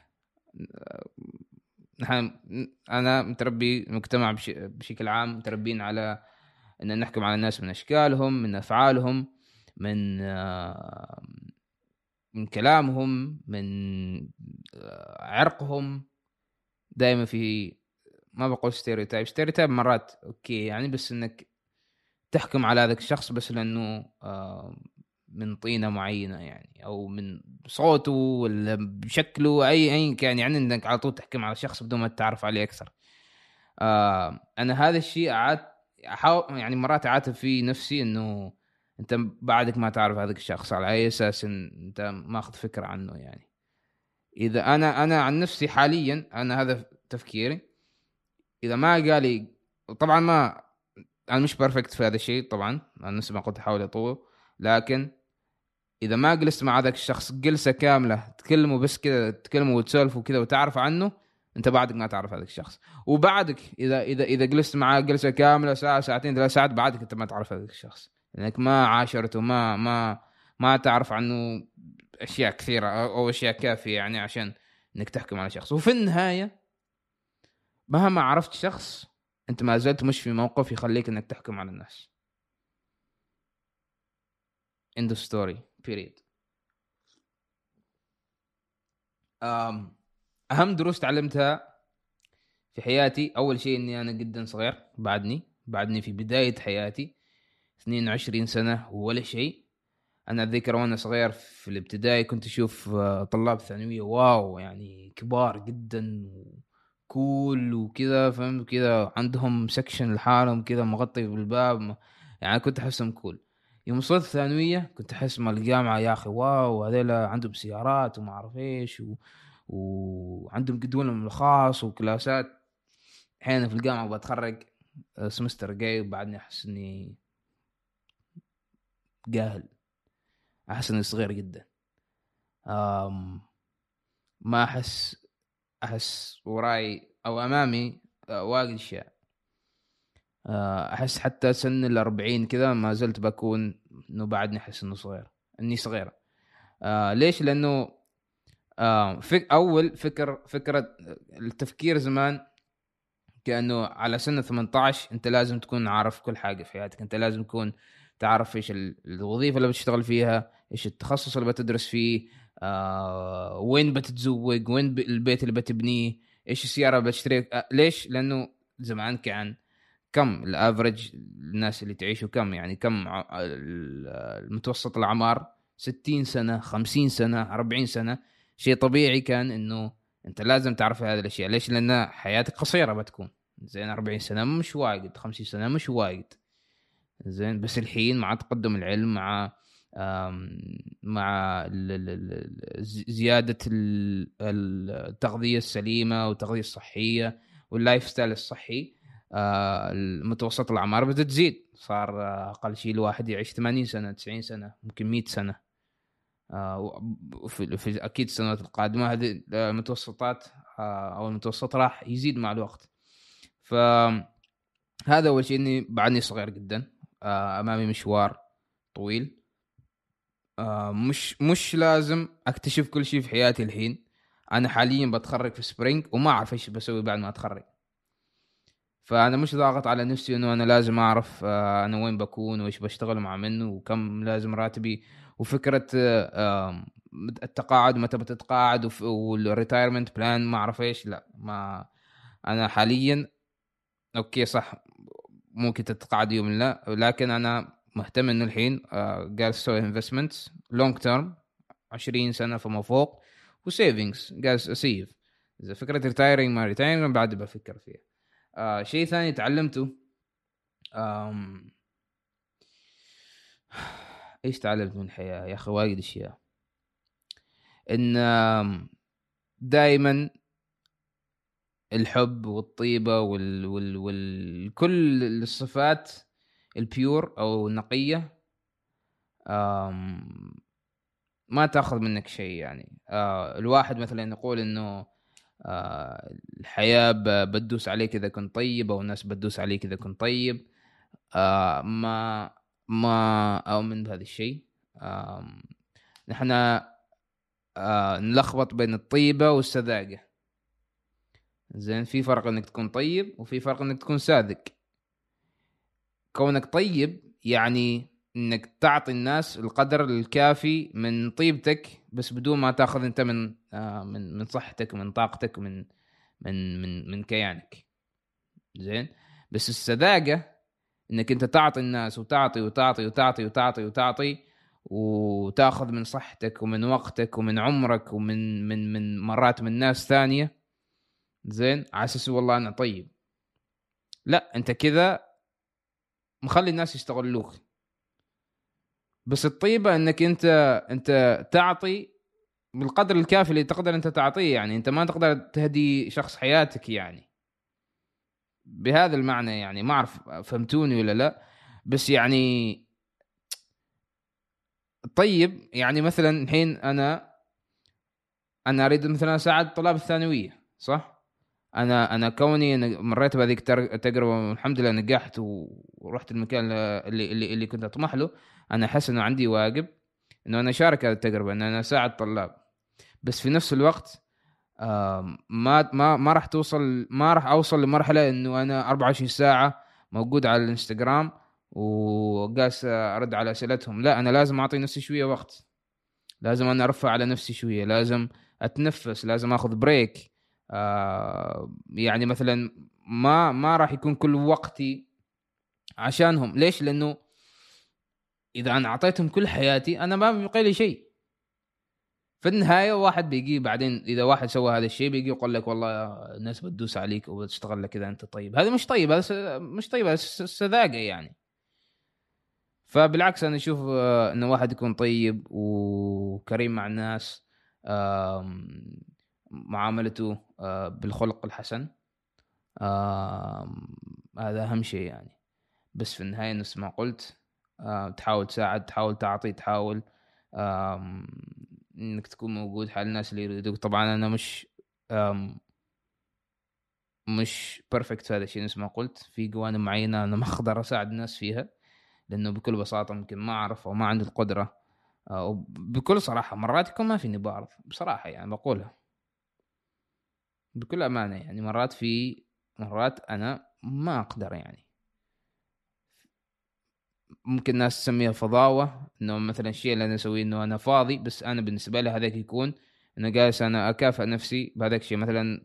S1: نحن انا متربي مجتمع بش... بشكل عام متربين على ان نحكم على الناس من اشكالهم، من افعالهم، من آه، من كلامهم، من آه، عرقهم. دائما في، ما بقول ستيريوتايب، ستيريوتايب مرات اوكي يعني، بس انك تحكم على هذاك الشخص بس لانه آه، من طينة معينة يعني، او من صوته ولا بشكله، اي اي كان يعني، انك على طول تحكم على شخص بدون ما تتعرف عليه اكثر. آه انا هذا الشيء عاد احاول يعني مرات اعاتب في نفسي انه انت بعدك ما تعرف هذاك الشخص، على اي اساس ان انت ماخذ فكره عنه يعني. اذا انا انا عن نفسي حاليا انا هذا تفكيري، اذا ما قال لي، طبعا ما انا مش بيرفكت في هذا الشيء طبعا، انا نفسي ما كنت احاول اطور، لكن اذا ما جلست مع هذاك الشخص جلسه كامله تكلموا بس كذا، تكلموا وتسولفوا كذا وتعرف عنه، انت بعدك ما تعرف هذاك الشخص. وبعدك اذا اذا اذا جلست معاه جلسه كامله ساعه ساعتين ثلاث ساعات، بعدك انت ما تعرف هذاك الشخص، لانك ما عاشرته، ما ما ما تعرف عنه اشياء كثيره او أو اشياء كافيه يعني عشان انك تحكم على شخص. وفي النهايه مهما عرفت شخص انت ما زلت مش في موقف يخليك انك تحكم على الناس. end of story period. أم اهم دروس تعلمتها في حياتي، اول شيء اني انا جدا صغير، بعدني بعدني في بدايه حياتي، اثنين وعشرين سنه ولا شيء. انا اتذكر وانا صغير في الابتدائي كنت اشوف آه، طلاب ثانويه واو يعني كبار جدا وكول وكذا، فهمت كذا، عندهم سكشن لحالهم كذا مغطي بالباب، يعني كنت احسهم كول. يوم وصلت ثانويه كنت احس مع الجامعه يا اخي واو، هذول عندهم سيارات وما اعرف ايش و... وعندهم جدولهم الخاص وكلاسات. احيانا في الجامعه بتخرج سمستر جاي وبعدني احس اني جاهل، احس اني صغير جدا. أم ما احس احس وراي او امامي آه، واجد اشياء. آه، احس حتى سن الأربعين كذا ما زلت بكون انه بعدني احس انه صغير، اني صغير. آه ليش؟ لانه آه فك اول فكر فكره التفكير زمان كانه على سن ثمانية عشر انت لازم تكون عارف كل حاجه في حياتك، انت لازم تكون تعرف ايش ال- الوظيفه اللي بتشتغل فيها، ايش التخصص اللي بتدرس فيه، آه وين بتتزوج، وين ب- البيت اللي بتبنيه، ايش السياره اللي بتشتري. آه ليش؟ لانه زمان كان كم الافرج الناس اللي تعيشوا كم يعني كم ع- ال- المتوسط الاعمار ستين سنه، خمسين سنه، أربعين سنه. شيء طبيعي كان انه انت لازم تعرف هذه الاشياء. ليش؟ لان حياتك قصيره بتكون. زين أربعين سنه مش وايد، خمسين سنه مش وايد. زين بس الحين مع تقدم العلم، مع آم، مع ال- ال- ال- ز- زياده ال- التغذيه السليمه والتغذيه الصحيه واللايف ستايل الصحي، آه، المتوسط الاعمار بتزيد. صار آه، اقل شيء الواحد يعيش ثمانين سنه، تسعين سنه، ممكن مئة سنه. آه، وفي في اكيد السنوات القادمه هذه المتوسطات آه، او المتوسط راح يزيد مع الوقت. فهذا اول شيء، اني بعدني صغير جدا، آه، امامي مشوار طويل. آه، مش مش لازم اكتشف كل شيء في حياتي الحين. انا حاليا بتخرج في سبرينج وما اعرف ايش بسوي بعد ما اتخرج. فانا مش ضاغط على نفسي انه انا لازم اعرف آه، انا وين بكون وايش بشتغل مع منه وكم لازم راتبي. وفكره آه، آم، التقاعد متى بتتقاعد والريتايرمنت بلان ما اعرف ايش. لا، ما انا حاليا اوكي صح، ممكن تتقاعد يوم، لا، لكن انا مهتم انه الحين آه، قاعد اسوي انفستمنتس لونج تيرم، عشرين سنه فما فوق، وسيفنجز قاعد اسيف. اذا فكره ريتايرنج ما ريتايرنج بعد بفكر فيها. آه شيء ثاني تعلمته، آم... ايش تعلمت من الحياه يا اخي؟ وايد اشياء. ان آم، دائما الحب والطيبه وال... وال... وال... كل الصفات البيور او النقيه آم... ما تاخذ منك شيء. يعني آه الواحد مثلا يقول انه آه الحياه ب... بتدوس عليك اذا كنت طيب، او الناس بتدوس عليك اذا كنت طيب. آه ما ما اؤمن بهذا الشيء. آم، نحن آه نلخبط بين الطيبة والسذاجة. زين في فرق انك تكون طيب وفي فرق انك تكون ساذج. كونك طيب يعني انك تعطي الناس القدر الكافي من طيبتك، بس بدون ما تاخذ انت من آه من من صحتك، من طاقتك، من من من من كيانك. زين بس السذاجة انك انت تعطي الناس وتعطي وتعطي وتعطي وتعطي وتعطي وتاخذ من صحتك ومن وقتك ومن عمرك ومن من من مرات من ناس ثانية. زين على اساس والله انا طيب. لا، انت كذا مخلي الناس يستغلوك. بس الطيبة انك انت انت تعطي بالقدر الكافي اللي تقدر انت تعطيه. يعني انت ما تقدر تهدي شخص حياتك يعني بهذا المعنى. يعني ما اعرف فهمتوني ولا لا، بس يعني طيب يعني مثلا الحين انا انا اريد مثلا اساعد طلاب الثانويه، صح؟ انا انا كوني أنا مريت بهذيك التر- التجربه والحمد لله نجحت و- ورحت المكان اللي اللي اللي كنت اطمح له. انا احس انه عندي واجب انه انا اشارك هذه التجربه، ان انا اساعد طلاب. بس في نفس الوقت آم، ما ما ما راح توصل ما راح اوصل لمرحله انه انا أربعة وعشرين ساعه موجود على الانستغرام وقاس ارد على اسئلتهم. لا، انا لازم اعطي نفسي شويه وقت، لازم انا ارفع على نفسي شويه، لازم اتنفس، لازم اخذ بريك. آه يعني مثلا ما ما راح يكون كل وقتي عشانهم. ليش؟ لانه اذا انا اعطيتهم كل حياتي انا ما بيبقى لي شيء. في النهايه واحد بيجي بعدين، اذا واحد سوى هذا الشيء بيجي يقول لك والله الناس بتدوس عليك وبتشتغل لك اذا انت طيب. هذا مش طيب، هذا س- مش طيب، هذا س- سذاجه يعني. فبالعكس انا اشوف آه، انه واحد يكون طيب وكريم مع الناس، آم، معاملته آه، بالخلق الحسن، آم، هذا اهم شيء يعني. بس في النهاية نفس ما قلت، آه، تحاول تساعد، تحاول تعطي، تحاول آم، انك تكون موجود حال الناس اللي يريدوك. طبعا انا مش آم، مش بيرفكت في هذا الشيء. نفس ما قلت في جوانب معينة أنا ما أقدر أساعد الناس فيها، لأنه بكل بساطة ممكن ما أعرف أو ما عندي القدرة، أو بكل صراحة مرات يكون ما فيني بعرف بصراحة، يعني بقولها بكل أمانة. يعني مرات في مرات أنا ما أقدر، يعني ممكن ناس تسميها فضاوة، إنه مثلا الشيء اللي أنا أسويه إنه أنا فاضي، بس أنا بالنسبة لي هذاك يكون إنه جالس أنا أكافئ نفسي بهذاك الشيء مثلا.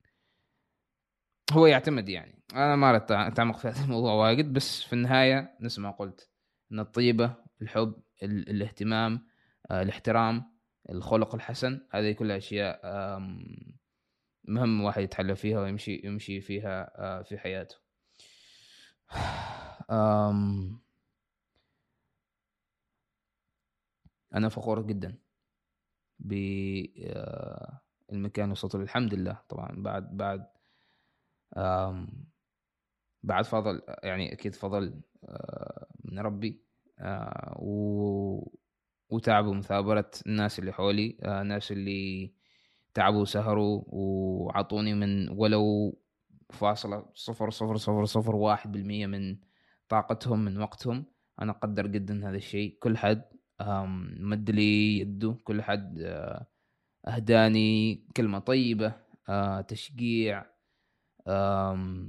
S1: هو يعتمد، يعني أنا ما أردت أتعمق في هذا الموضوع واجد، بس في النهاية نفس ما قلت إن الطيبة، الحب، ال- الاهتمام، آه، الاحترام، الخلق الحسن، هذه كلها أشياء آم، مهم واحد يتحلى فيها ويمشي يمشي فيها آه، في حياته. آم، أنا فخور جدا بالمكان وصلت له الحمد لله. طبعا بعد بعد آم، بعد فضل، يعني أكيد فضل آه، من ربي، آه، و... وتعب ومثابرة الناس اللي حولي، آه، الناس اللي تعبوا وسهروا وعطوني من ولو فاصلة صفر صفر صفر صفر واحد بالمية من طاقتهم من وقتهم. أنا أقدر جدا هذا الشيء. كل حد آم، مد لي يده، كل حد آه، أهداني كلمة طيبة، آه، تشجيع، آم،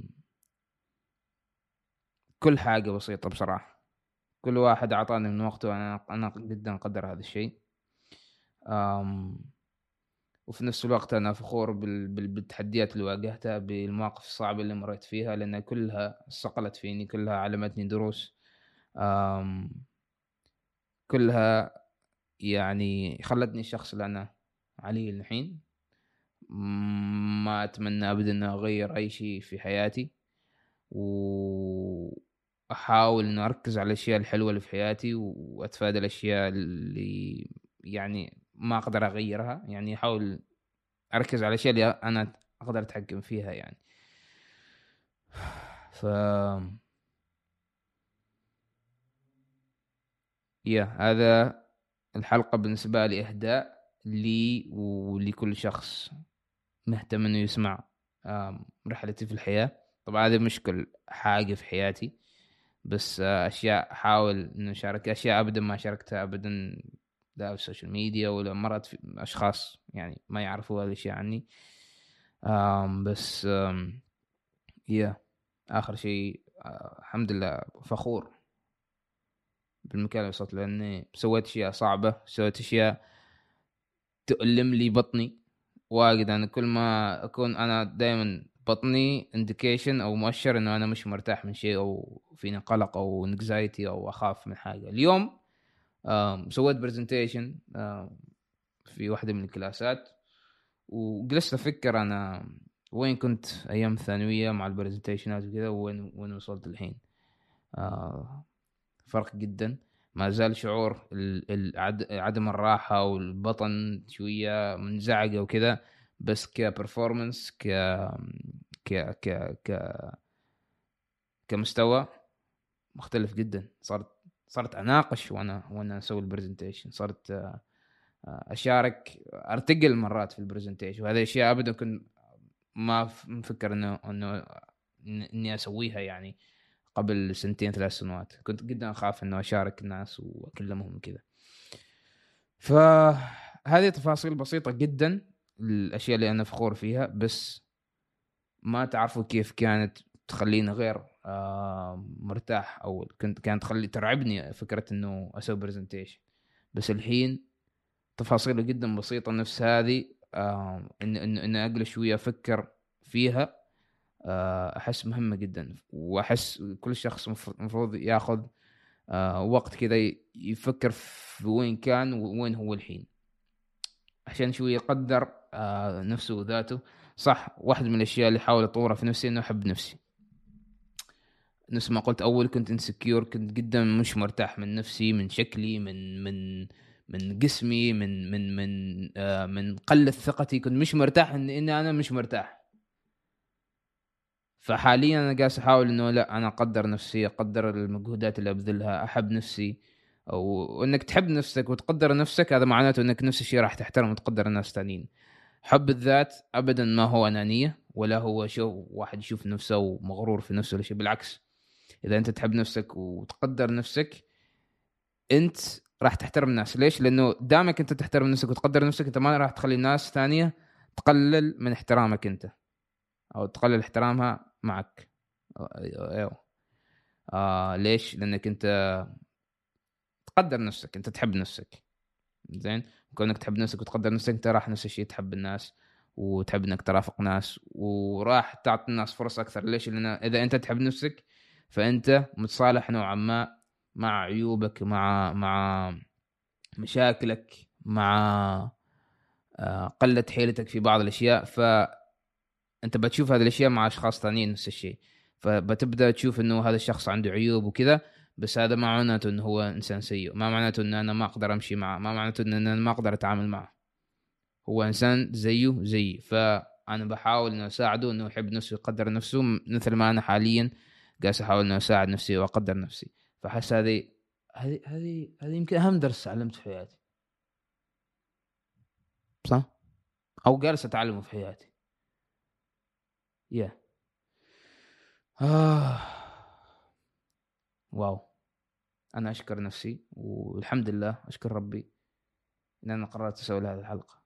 S1: كل حاجة بسيطة بصراحة. كل واحد أعطاني من وقته، أنا أنا جدا أقدر هذا الشيء. آم، وفي نفس الوقت أنا فخور بال- بال- بالتحديات اللي واجهتها، بالمواقف الصعبة اللي مريت فيها، لأن كلها صقلت فيني، كلها علمتني دروس، آم، كلها يعني خلتني الشخص اللي أنا عليه الحين. ما أتمنى أبدا أن أغير أي شيء في حياتي، وأحاول أن أركز على الأشياء الحلوة اللي في حياتي، وأتفادى الأشياء اللي يعني ما أقدر أغيرها. يعني أحاول أركز على الأشياء اللي أنا أقدر أتحكم فيها يعني. ف يا هذا الحلقة بالنسبة لي إهداء لي ولكل شخص مهتم إنه يسمع آم، رحلتي في الحياة. طبعا هذه مش كل حاجة في حياتي، بس آه، أشياء أحاول إنه أشارك أشياء أبدا ما شاركتها أبدا، لا في السوشيال ميديا ولا مرات في أشخاص يعني ما يعرفوا هذه الأشياء عني. آم بس آم يا آخر شيء آه الحمد لله فخور بالمكان اللي وصلت له، لأني سويت أشياء صعبة، سويت أشياء تؤلم لي بطني واجد. أنا كل ما أكون أنا دائما بطني indication أو مؤشر إنه أنا مش مرتاح من شيء، أو فيني قلق أو anxiety أو أخاف من حاجة. اليوم آم، سويت برزنتيشن في واحدة من الكلاسات، وجلست أفكر أنا وين كنت أيام الثانوية مع البرزنتيشنات وكذا، وين وين وصلت الحين. آه فرق جدا. ما زال شعور ال- ال- عد- عدم الراحة والبطن شوية منزعجة وكذا، بس كبرفورمانس ك ك ك ك كمستوى مختلف جدا. صرت صرت اناقش وانا وانا اسوي البرزنتيشن، صرت آه، اشارك، ارتقل مرات في البرزنتيشن، وهذه اشياء ابدا كنت ما ف- مفكر انه انه إن- اني اسويها يعني. قبل سنتين ثلاث سنوات كنت جدا اخاف انه اشارك الناس واكلمهم كذا. فهذه تفاصيل بسيطة جدا، الاشياء اللي انا فخور فيها، بس ما تعرفوا كيف كانت تخليني غير آه مرتاح، او كنت كانت تخلي ترعبني فكرة انه اسوي برزنتيشن. بس الحين تفاصيله جدا بسيطة نفس هذه، آه ان ان ان اجلس شوية افكر فيها، آه احس مهمة جدا. واحس كل شخص المفروض ياخذ آه وقت كذا يفكر في وين كان وين هو الحين، عشان شوية يقدر آه نفسه وذاته. صح، واحد من الاشياء اللي حاول اطورها في نفسي انه احب نفسي. نفس ما قلت اول كنت انسكيور، كنت جدا مش مرتاح من نفسي، من شكلي، من من من جسمي، من من من آه من قلة ثقتي. كنت مش مرتاح ان ان انا مش مرتاح. فحاليا انا قاعد احاول انه لا، انا اقدر نفسي، اقدر المجهودات اللي ابذلها، احب نفسي. او انك تحب نفسك وتقدر نفسك، هذا معناته انك نفس الشيء راح تحترم وتقدر الناس تانيين. حب الذات ابدا ما هو انانيه، ولا هو شو واحد يشوف نفسه ومغرور في نفسه ولا شيء. بالعكس، اذا انت تحب نفسك وتقدر نفسك انت راح تحترم الناس. ليش؟ لانه دامك انت تحترم نفسك وتقدر نفسك، انت ما راح تخلي ناس ثانيه تقلل من احترامك انت او تقلل احترامها معك. ايوه. آه ليش؟ لانك انت تقدر نفسك، انت تحب نفسك. زين، كونك تحب نفسك وتقدر نفسك، انت راح نفس الشيء تحب الناس وتحب انك ترافق ناس وراح تعطي الناس فرصة اكثر. ليش؟ لان اذا انت تحب نفسك فانت متصالح نوعا ما مع عيوبك، مع مع مشاكلك، مع آه، قلة حيلتك في بعض الاشياء. فانت بتشوف هذه الاشياء مع اشخاص ثانيين نفس الشيء، فبتبدا تشوف انه هذا الشخص عنده عيوب وكذا، بس هذا ما معناته انه هو انسان سيء، ما معناته ان انا ما اقدر امشي معه، ما معناته ان انا ما اقدر اتعامل معه. هو انسان زيه زيي، فانا بحاول انه اساعده انه يحب نفسه ويقدر نفسه، مثل ما انا حاليا قاعد احاول انه اساعد نفسي واقدر نفسي. فحس هذه هذه هذه هذه يمكن اهم درس تعلمته في حياتي، صح؟ او جالس اتعلمه في حياتي. يا yeah. آه. واو. انا اشكر نفسي والحمد لله، اشكر ربي ان انا قررت اسوي هذه الحلقه،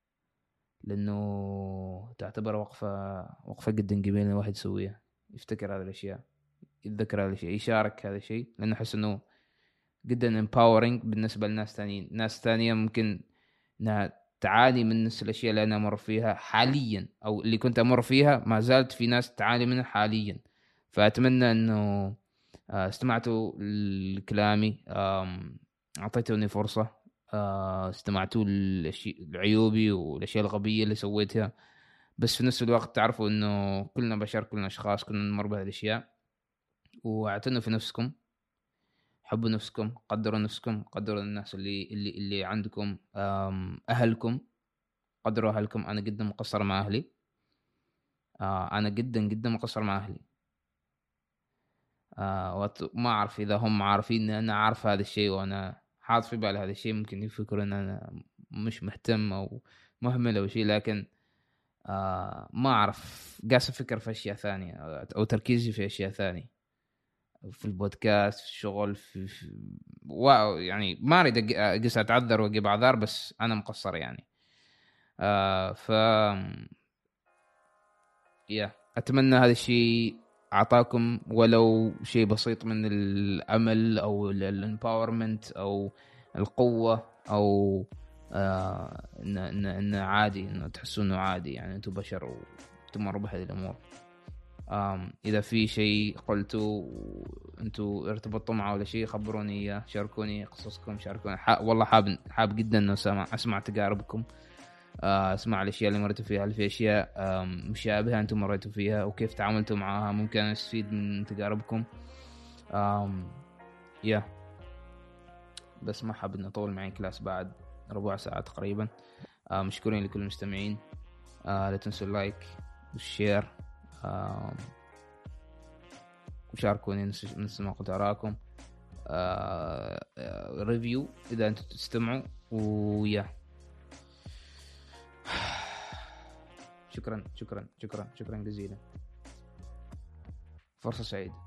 S1: لانه تعتبر وقفه وقفه جدا جميله الواحد يسويها، يفتكر هذه الاشياء، يتذكر هذا الشيء، يشارك هذا الشيء، لانه احس انه جدا empowering بالنسبه لناس ثانيين. ناس ثانيه ممكن انها تعاني من نفس الاشياء اللي انا امر فيها حاليا، او اللي كنت امر فيها، ما زالت في ناس تعاني منها حاليا. فاتمنى انه آه، استمعتوا لكلامي، آم، اعطيتوني فرصه، آه، استمعتوا للأشي- لعيوبي والاشياء الغبيه اللي سويتها، بس في نفس الوقت تعرفوا انه كلنا بشر، كلنا اشخاص، كلنا نمر بهذه الاشياء. واعتنوا في نفسكم، حبوا نفسكم، قدروا نفسكم، قدروا الناس اللي اللي اللي عندكم، آم، اهلكم، قدروا اهلكم. انا جدا مقصر مع اهلي، آه، انا جدا جدا مقصر مع اهلي. آه، ما اعرف اذا هم عارفين ان انا عارف هذا الشيء وانا حاط في بالي هذا الشيء، ممكن يفكروا ان انا مش مهتم او مهمل او شيء، لكن آه ما اعرف، قاعد افكر في اشياء ثانيه او تركيزي في اشياء ثانيه، في البودكاست، في الشغل، في, في واو يعني ما اريد اقص اتعذر واجيب اعذار، بس انا مقصر يعني. آه ف يا اتمنى هذا الشيء اعطاكم ولو شيء بسيط من الامل او الامباورمنت او القوه، او آه ان ان إن عادي، انه تحسوا انه عادي، يعني انتم بشر وتمروا بهذه الامور. آم اذا في شيء قلتوا انتوا ارتبطتوا معه ولا شيء، خبروني اياه، شاركوني قصصكم، شاركوني. والله حاب حاب جدا انه اسمع اسمع تجاربكم، اسمع الاشياء اللي مريتوا فيها، هل في اشياء مشابهه انتم مريتوا فيها وكيف تعاملتوا معها، ممكن استفيد من تجاربكم. أم يا بس ما حاب اني اطول معي كلاس بعد ربع ساعه تقريبا. مشكورين لكل المستمعين، لا تنسوا اللايك والشير، وشاركوني نفس ما قلت اراكم، ريفيو اذا انتم تستمعوا. ويا شكرا شكرا شكرا شكرا جزيلا، فرصة سعيدة.